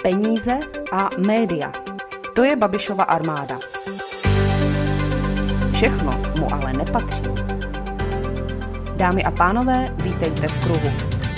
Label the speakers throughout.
Speaker 1: Peníze a média. To je Babišova armáda. Všechno mu ale nepatří. Dámy a pánové, vítejte v kruhu.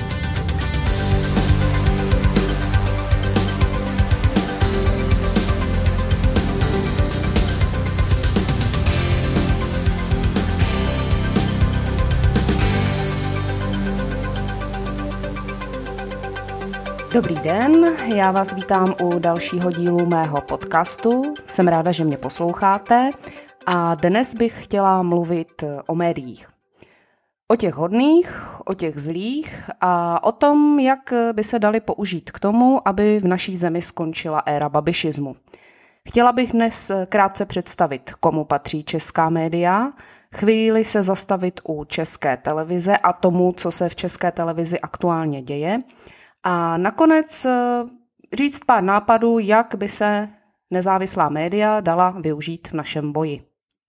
Speaker 1: Dobrý den, já vás vítám u dalšího dílu mého podcastu. Jsem ráda, že mě posloucháte a dnes bych chtěla mluvit o médiích. O těch hodných, o těch zlých a o tom, jak by se dali použít k tomu, aby v naší zemi skončila éra babišismu. Chtěla bych dnes krátce představit, komu patří česká média, chvíli se zastavit u České televize a tomu, co se v České televizi aktuálně děje, a nakonec říct pár nápadů, jak by se nezávislá média dala využít v našem boji.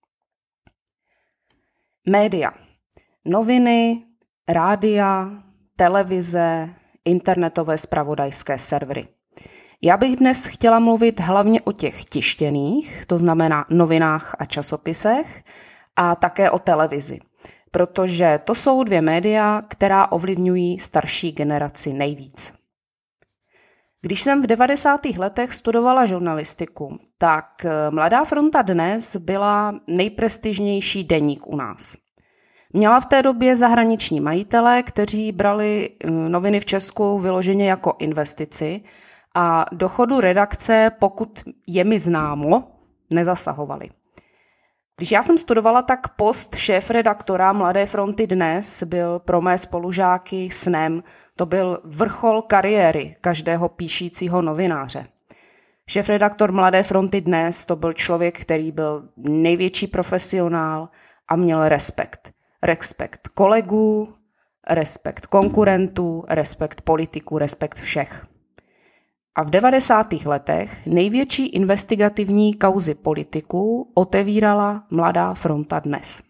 Speaker 1: Média. Noviny, rádia, televize, internetové zpravodajské servery. Já bych dnes chtěla mluvit hlavně o těch tištěných, to znamená novinách a časopisech, a také o televizi. Protože to jsou dvě média, která ovlivňují starší generaci nejvíc. Když jsem v 90. letech studovala žurnalistiku, tak Mladá fronta Dnes byla nejprestižnější deník u nás. Měla v té době zahraniční majitele, kteří brali noviny v Česku vyloženě jako investici a do chodu redakce, pokud je mi známo, nezasahovali. Když já jsem studovala, tak post šéfredaktora Mladé fronty Dnes byl pro mé spolužáky snem. To byl vrchol kariéry každého píšícího novináře. Šéfredaktor Mladé fronty Dnes to byl člověk, který byl největší profesionál a měl respekt. Respekt kolegů, respekt konkurentů, respekt politiků, respekt všech. A v 90. letech největší investigativní kauzy politiků otevírala Mladá fronta Dnes.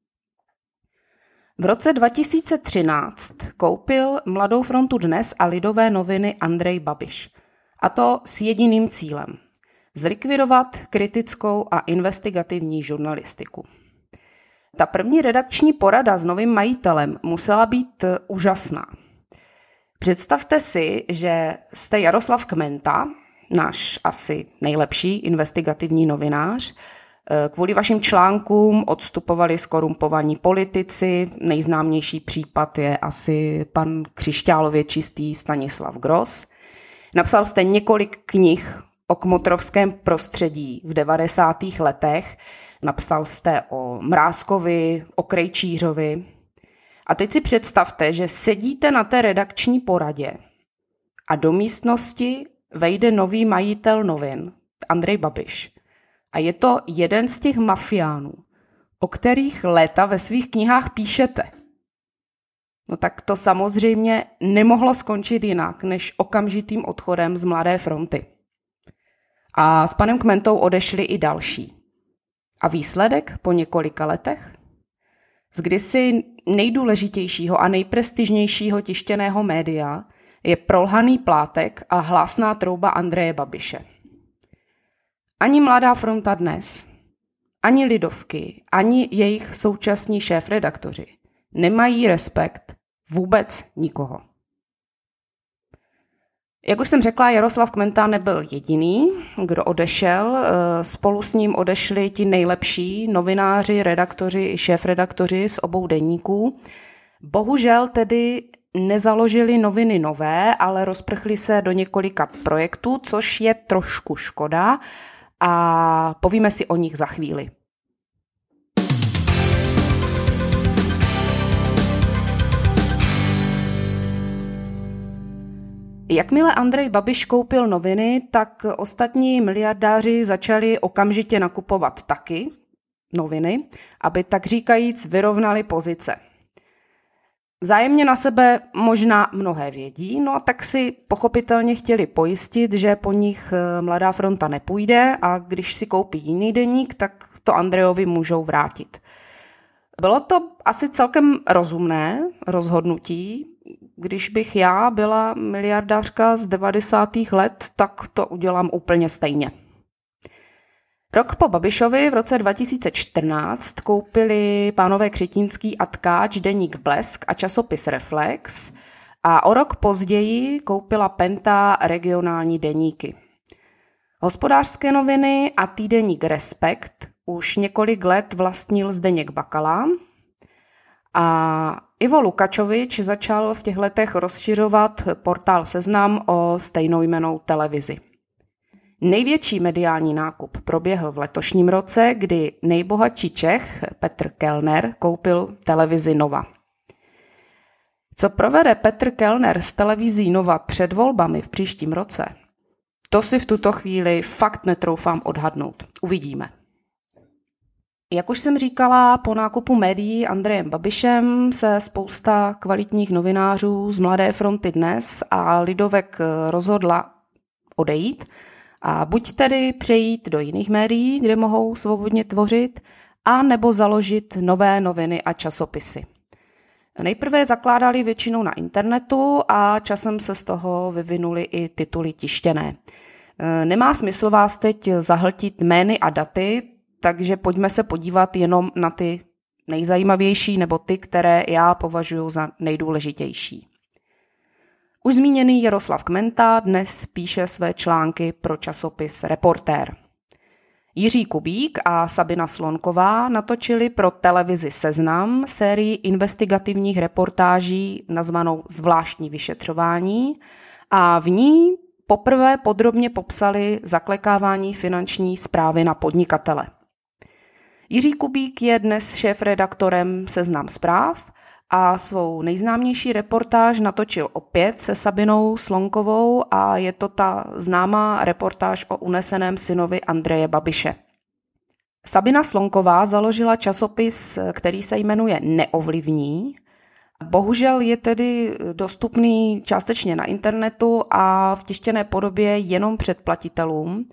Speaker 1: V roce 2013 koupil Mladou frontu Dnes a Lidové noviny Andrej Babiš. A to s jediným cílem – zlikvidovat kritickou a investigativní žurnalistiku. Ta první redakční porada s novým majitelem musela být úžasná. Představte si, že jste Jaroslav Kmenta, náš asi nejlepší investigativní novinář. Kvůli vašim článkům odstupovali zkorumpovaní politici, nejznámější případ je asi pan křišťálově čistý Stanislav Gross. Napsal jste několik knih o kmotrovském prostředí v 90. letech, napsal jste o Mrázkovi, o Krejčířovi. A teď si představte, že sedíte na té redakční poradě a do místnosti vejde nový majitel novin, Andrej Babiš. A je to jeden z těch mafiánů, o kterých léta ve svých knihách píšete. No tak to samozřejmě nemohlo skončit jinak, než okamžitým odchodem z Mladé fronty. A s panem Kmentou odešli i další. A výsledek po několika letech? Z kdysi nejdůležitějšího a nejprestižnějšího tištěného média je prolhaný plátek a hlásná trouba Andreje Babiše. Ani Mladá fronta Dnes, ani Lidovky, ani jejich současní šéfredaktoři nemají respekt vůbec nikoho. Jak už jsem řekla, Jaroslav Kmenta nebyl jediný, kdo odešel. Spolu s ním odešli ti nejlepší novináři, redaktoři i šéfredaktoři z obou deníků. Bohužel tedy nezaložili noviny nové, ale rozprchli se do několika projektů, což je trošku škoda a povíme si o nich za chvíli. Jakmile Andrej Babiš koupil noviny, tak ostatní miliardáři začali okamžitě nakupovat taky noviny, aby tak říkajíc vyrovnali pozice. Vzájemně na sebe možná mnohé vědí, no a tak si pochopitelně chtěli pojistit, že po nich Mladá fronta nepůjde a když si koupí jiný deník, tak to Andrejovi můžou vrátit. Bylo to asi celkem rozumné rozhodnutí, když bych já byla miliardářka z 90. let, tak to udělám úplně stejně. Rok po Babišovi v roce 2014 koupili pánové Křetínský a Tkáč deník Blesk a časopis Reflex a o rok později koupila Penta regionální deníky. Hospodářské noviny a týdeník Respekt už několik let vlastnil Zdeněk Bakala a Ivo Lukačovič začal v těch letech rozšiřovat portál Seznam o stejnojmennou televizi. Největší mediální nákup proběhl v letošním roce, kdy nejbohatší Čech Petr Kellner koupil televizi Nova. Co provede Petr Kellner s televizí Nova před volbami v příštím roce, to si v tuto chvíli fakt netroufám odhadnout. Uvidíme. Jak už jsem říkala, po nákupu médií Andrejem Babišem se spousta kvalitních novinářů z Mladé fronty Dnes a Lidovek rozhodla odejít a buď tedy přejít do jiných médií, kde mohou svobodně tvořit, a nebo založit nové noviny a časopisy. Nejprve zakládali většinou na internetu a časem se z toho vyvinuly i tituly tištěné. Nemá smysl vás teď zahltit jmény a daty, takže pojďme se podívat jenom na ty nejzajímavější nebo ty, které já považuji za nejdůležitější. Už zmíněný Jaroslav Kmenta dnes píše své články pro časopis Reportér. Jiří Kubík a Sabina Slonková natočili pro televizi Seznam sérii investigativních reportáží nazvanou Zvláštní vyšetřování a v ní poprvé podrobně popsali zaklekávání finanční správy na podnikatele. Jiří Kubík je dnes šéfredaktorem Seznam zpráv a svou nejznámější reportáž natočil opět se Sabinou Slonkovou a je to ta známá reportáž o uneseném synovi Andreje Babiše. Sabina Slonková založila časopis, který se jmenuje Neovlivní. Bohužel je tedy dostupný částečně na internetu a v tištěné podobě jenom předplatitelům,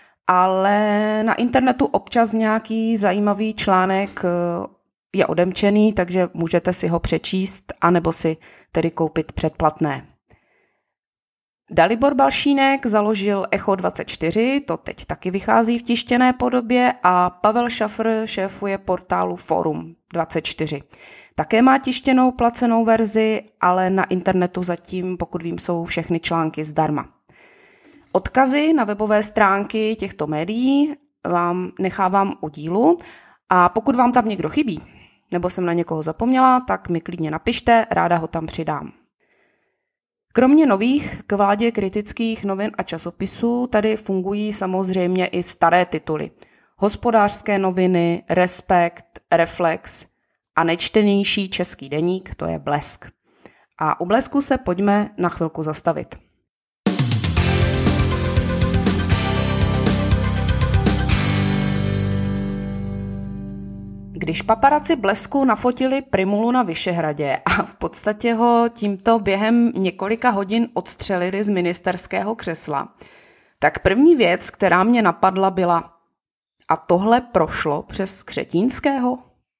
Speaker 1: ale na internetu občas nějaký zajímavý článek je odemčený, takže můžete si ho přečíst anebo si tedy koupit předplatné. Dalibor Balšínek založil Echo 24, to teď taky vychází v tištěné podobě, a Pavel Šafr šéfuje portálu Forum 24. Také má tištěnou placenou verzi, ale na internetu zatím, pokud vím, jsou všechny články zdarma. Odkazy na webové stránky těchto médií vám nechávám u dílu a pokud vám tam někdo chybí, nebo jsem na někoho zapomněla, tak mi klidně napište, ráda ho tam přidám. Kromě nových k vládě kritických novin a časopisů tady fungují samozřejmě i staré tituly. Hospodářské noviny, Respekt, Reflex a nejčtenější český deník, to je Blesk. A u Blesku se pojďme na chvilku zastavit. Když paparaci Blesku nafotili Primulu na Vyšehradě a v podstatě ho tímto během několika hodin odstřelili z ministerského křesla, tak první věc, která mě napadla, byla: a tohle prošlo přes Křetínského?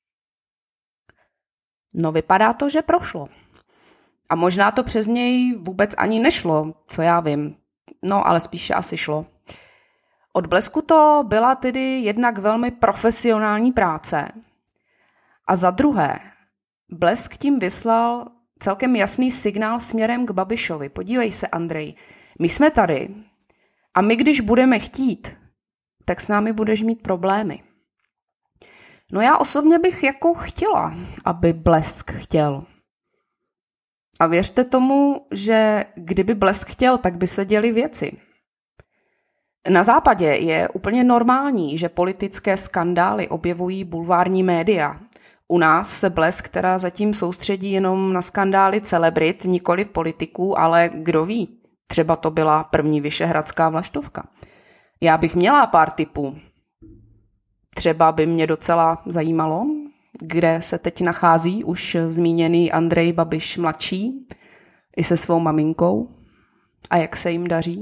Speaker 1: No vypadá to, že prošlo. A možná to přes něj vůbec ani nešlo, co já vím. No ale spíše asi šlo. Od Blesku to byla tedy jednak velmi profesionální práce. A za druhé, Blesk tím vyslal celkem jasný signál směrem k Babišovi. Podívej se, Andrej, my jsme tady a my, když budeme chtít, tak s námi budeš mít problémy. No já osobně bych jako chtěla, aby Blesk chtěl. A věřte tomu, že kdyby Blesk chtěl, tak by se děly věci. Na západě je úplně normální, že politické skandály objevují bulvární média. U nás se Blesk teda zatím soustředí jenom na skandály celebrit, nikoli politiků, ale kdo ví, třeba to byla první vyšehradská vlaštovka. Já bych měla pár tipů. Třeba by mě docela zajímalo, kde se teď nachází už zmíněný Andrej Babiš mladší i se svou maminkou a jak se jim daří.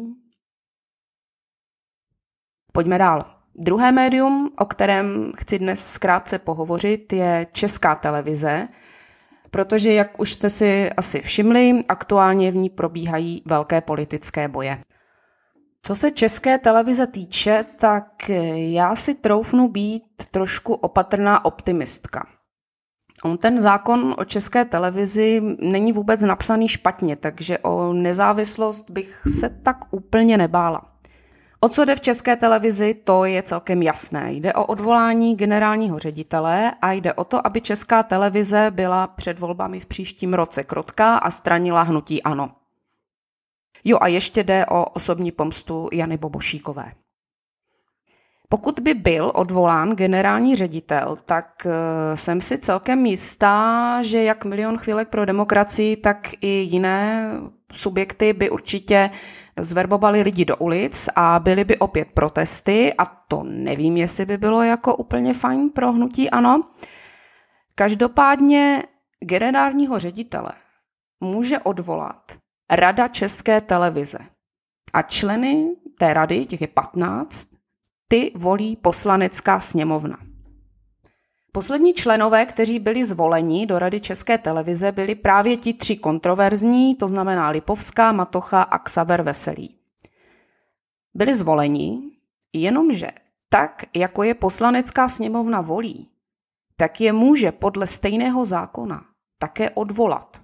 Speaker 1: Pojďme dál. Druhé médium, o kterém chci dnes zkrátce pohovořit, je Česká televize, protože, jak už jste si asi všimli, aktuálně v ní probíhají velké politické boje. Co se České televize týče, tak já si troufnu být trošku opatrná optimistka. Ten zákon o České televizi není vůbec napsaný špatně, takže o nezávislost bych se tak úplně nebála. O co jde v České televizi, to je celkem jasné. Jde o odvolání generálního ředitele a jde o to, aby Česká televize byla před volbami v příštím roce krotká a stranila hnutí ANO. Jo, a ještě jde o osobní pomstu Jany Bobošíkové. Pokud by byl odvolán generální ředitel, tak jsem si celkem jistá, že jak Milion chvílek pro demokracii, tak i jiné subjekty by určitě zverbovali lidi do ulic a byly by opět protesty a to nevím, jestli by bylo jako úplně fajn pro hnutí ANO. Každopádně generálního ředitele může odvolat Rada České televize a členy té rady, těch je 15, ty volí Poslanecká sněmovna. Poslední členové, kteří byli zvoleni do Rady České televize, byli právě ti 3 kontroverzní, to znamená Lipovská, Matocha a Xaver Veselý. Byli zvoleni, jenomže tak, jako je Poslanecká sněmovna volí, tak je může podle stejného zákona také odvolat.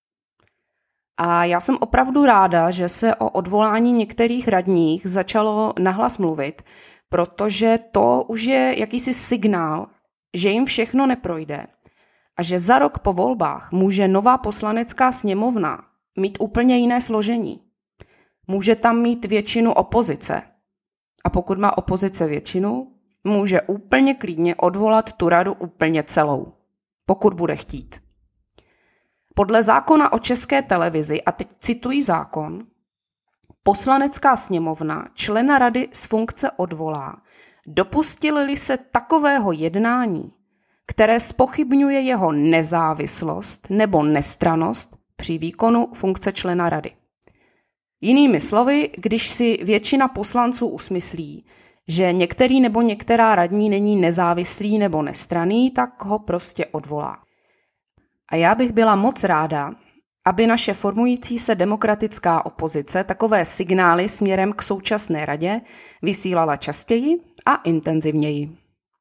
Speaker 1: A já jsem opravdu ráda, že se o odvolání některých radních začalo nahlas mluvit, protože to už je jakýsi signál, že jim všechno neprojde a že za rok po volbách může nová Poslanecká sněmovna mít úplně jiné složení. Může tam mít většinu opozice. A pokud má opozice většinu, může úplně klidně odvolat tu radu úplně celou, pokud bude chtít. Podle zákona o České televizi, a teď cituji zákon, Poslanecká sněmovna člena rady z funkce odvolá, dopustili-li se takového jednání, které zpochybňuje jeho nezávislost nebo nestrannost při výkonu funkce člena rady. Jinými slovy, když si většina poslanců usmyslí, že některý nebo některá radní není nezávislý nebo nestranný, tak ho prostě odvolá. A já bych byla moc ráda, aby naše formující se demokratická opozice takové signály směrem k současné radě vysílala častěji a intenzivněji.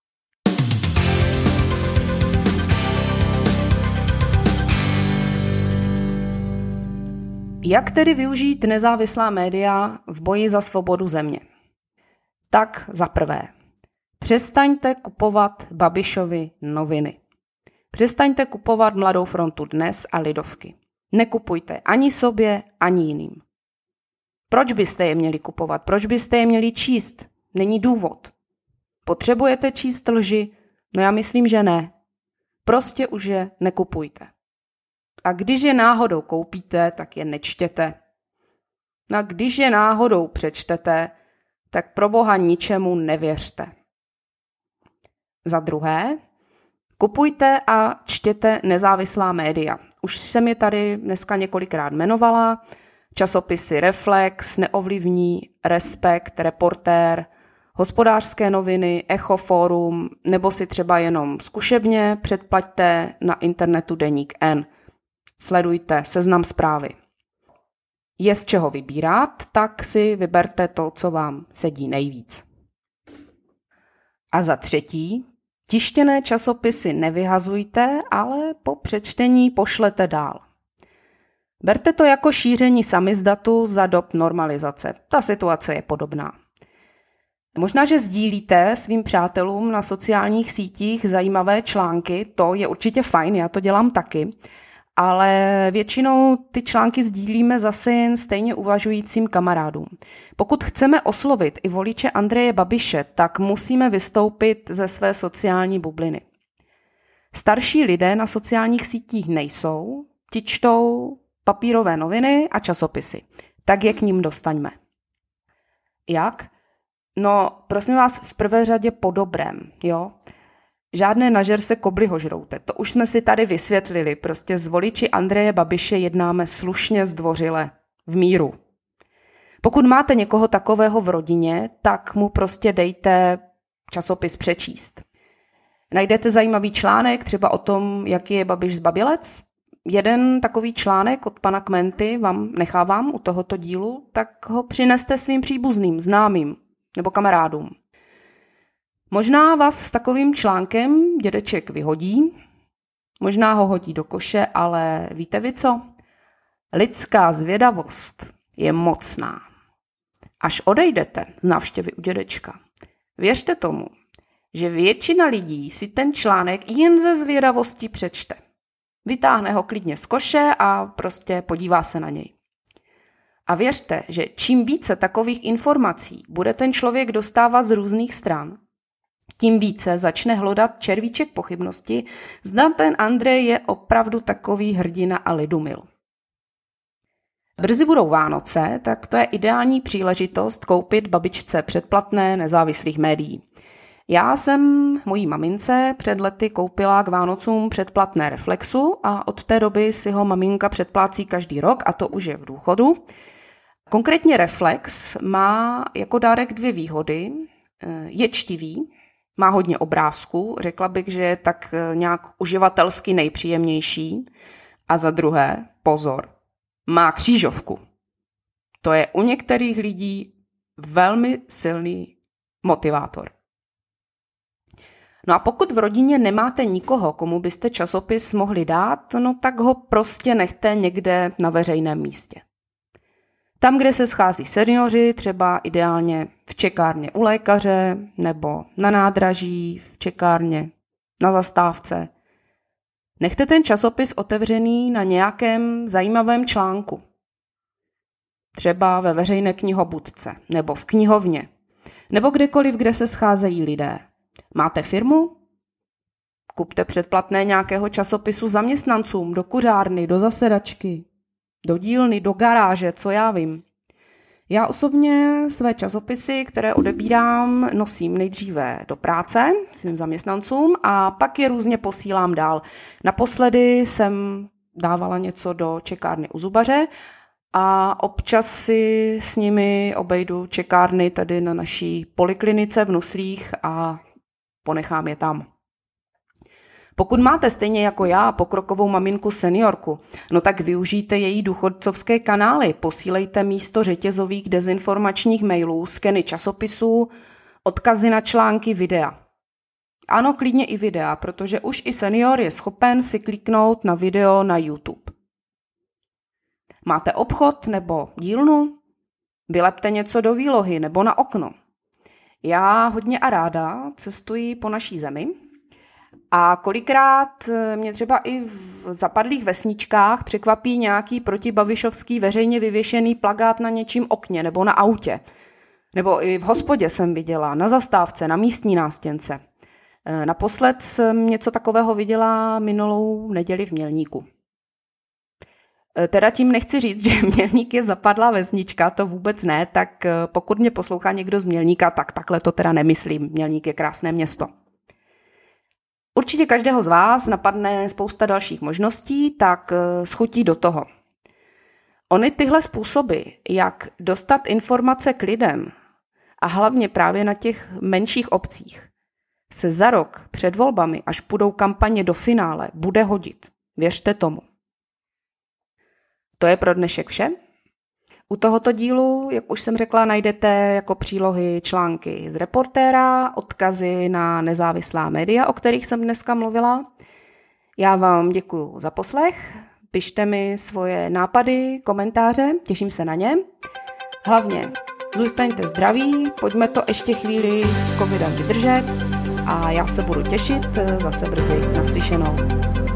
Speaker 1: Jak tedy využít nezávislá média v boji za svobodu země? Tak za prvé, přestaňte kupovat Babišovy noviny. Přestaňte kupovat Mladou frontu Dnes a Lidovky. Nekupujte ani sobě, ani jiným. Proč byste je měli kupovat? Proč byste je měli číst? Není důvod. Potřebujete číst lži? No já myslím, že ne. Prostě už je nekupujte. A když je náhodou koupíte, tak je nečtěte. A když je náhodou přečtete, tak pro Boha ničemu nevěřte. Za druhé, kupujte a čtěte nezávislá média. Už jsem je tady dneska několikrát jmenovala. Časopisy Reflex, Neovlivní, Respekt, Reportér, Hospodářské noviny, Echo Forum, nebo si třeba jenom zkušebně předplaťte na internetu Deník N. Sledujte Seznam Zprávy. Je z čeho vybírat, tak si vyberte to, co vám sedí nejvíc. A za třetí, tištěné časopisy nevyhazujte, ale po přečtení pošlete dál. Berte to jako šíření samizdatu za dob normalizace. Ta situace je podobná. Možná, že sdílíte svým přátelům na sociálních sítích zajímavé články, to je určitě fajn, já to dělám taky, ale většinou ty články sdílíme zase jen stejně uvažujícím kamarádům. Pokud chceme oslovit i voliče Andreje Babiše, tak musíme vystoupit ze své sociální bubliny. Starší lidé na sociálních sítích nejsou, ti čtou papírové noviny a časopisy. Tak je k ním dostaňme. Jak? No, prosím vás, v prvé řadě po dobrém, jo? Žádné nažer se kobliho žroute, to už jsme si tady vysvětlili, prostě s voliči Andreje Babiše jednáme slušně, zdvořile, v míru. Pokud máte někoho takového v rodině, tak mu prostě dejte časopis přečíst. Najdete zajímavý článek třeba o tom, jaký je Babiš zbabělec? jeden takový článek od pana Kmenty vám nechávám u tohoto dílu, tak ho přineste svým příbuzným, známým nebo kamarádům. Možná vás s takovým článkem dědeček vyhodí, možná ho hodí do koše, ale víte vy co? Lidská zvědavost je mocná. Až odejdete z návštěvy u dědečka, věřte tomu, že většina lidí si ten článek jen ze zvědavosti přečte. Vytáhne ho klidně z koše a prostě podívá se na něj. A věřte, že čím více takových informací bude ten člověk dostávat z různých stran, tím více začne hledat červíček pochybnosti, zda ten Andrej je opravdu takový hrdina a lidumil. Brzy budou Vánoce, tak to je ideální příležitost koupit babičce předplatné nezávislých médií. Já jsem mojí mamince před lety koupila k Vánocům předplatné Reflexu a od té doby si ho maminka předplácí každý rok a to už je v důchodu. Konkrétně Reflex má jako dárek 2 výhody. Je čtivý, má hodně obrázků, řekla bych, že je tak nějak uživatelsky nejpříjemnější. A za druhé, pozor, má křížovku. To je u některých lidí velmi silný motivátor. No a pokud v rodině nemáte nikoho, komu byste časopis mohli dát, no tak ho prostě nechte někde na veřejném místě. Tam, kde se schází seniori, třeba ideálně v čekárně u lékaře, nebo na nádraží, v čekárně, na zastávce. Nechte ten časopis otevřený na nějakém zajímavém článku. Třeba ve veřejné knihobudce, nebo v knihovně, nebo kdekoliv, kde se scházejí lidé. Máte firmu? Kupte předplatné nějakého časopisu zaměstnancům, do kuřárny, do zasedačky, do dílny, do garáže, co já vím. Já osobně své časopisy, které odebírám, nosím nejdříve do práce svým zaměstnancům a pak je různě posílám dál. Naposledy jsem dávala něco do čekárny u zubaře a občas si s nimi obejdu čekárny tady na naší poliklinice v Nuslích a ponechám je tam. Pokud máte stejně jako já pokrokovou maminku seniorku, no tak využijte její důchodcovské kanály, posílejte místo řetězových dezinformačních mailů, skeny časopisů, odkazy na články, videa. Ano, klidně i videa, protože už i senior je schopen si kliknout na video na YouTube. Máte obchod nebo dílnu? Vylepte něco do výlohy nebo na okno. Já hodně a ráda cestuji po naší zemi a kolikrát mě třeba i v zapadlých vesničkách překvapí nějaký protibabišovský veřejně vyvěšený plakát na něčím okně nebo na autě. Nebo i v hospodě jsem viděla, na zastávce, na místní nástěnce. Naposled jsem něco takového viděla minulou neděli v Mělníku. Teda tím nechci říct, že Mělník je zapadlá vesnička, to vůbec ne, tak pokud mě poslouchá někdo z Mělníka, tak takhle to teda nemyslím. Mělník je krásné město. Určitě každého z vás napadne spousta dalších možností, tak schutí do toho. Ony tyhle způsoby, jak dostat informace k lidem a hlavně právě na těch menších obcích, se za rok před volbami, až půjdou kampaně do finále, bude hodit. Věřte tomu. To je pro dnešek vše. U tohoto dílu, jak už jsem řekla, najdete jako přílohy články z Reportéra, odkazy na nezávislá média, o kterých jsem dneska mluvila. Já vám děkuju za poslech, pište mi svoje nápady, komentáře, těším se na ně. Hlavně zůstaňte zdraví, pojďme to ještě chvíli s covidem vydržet a já se budu těšit zase brzy naslyšenou.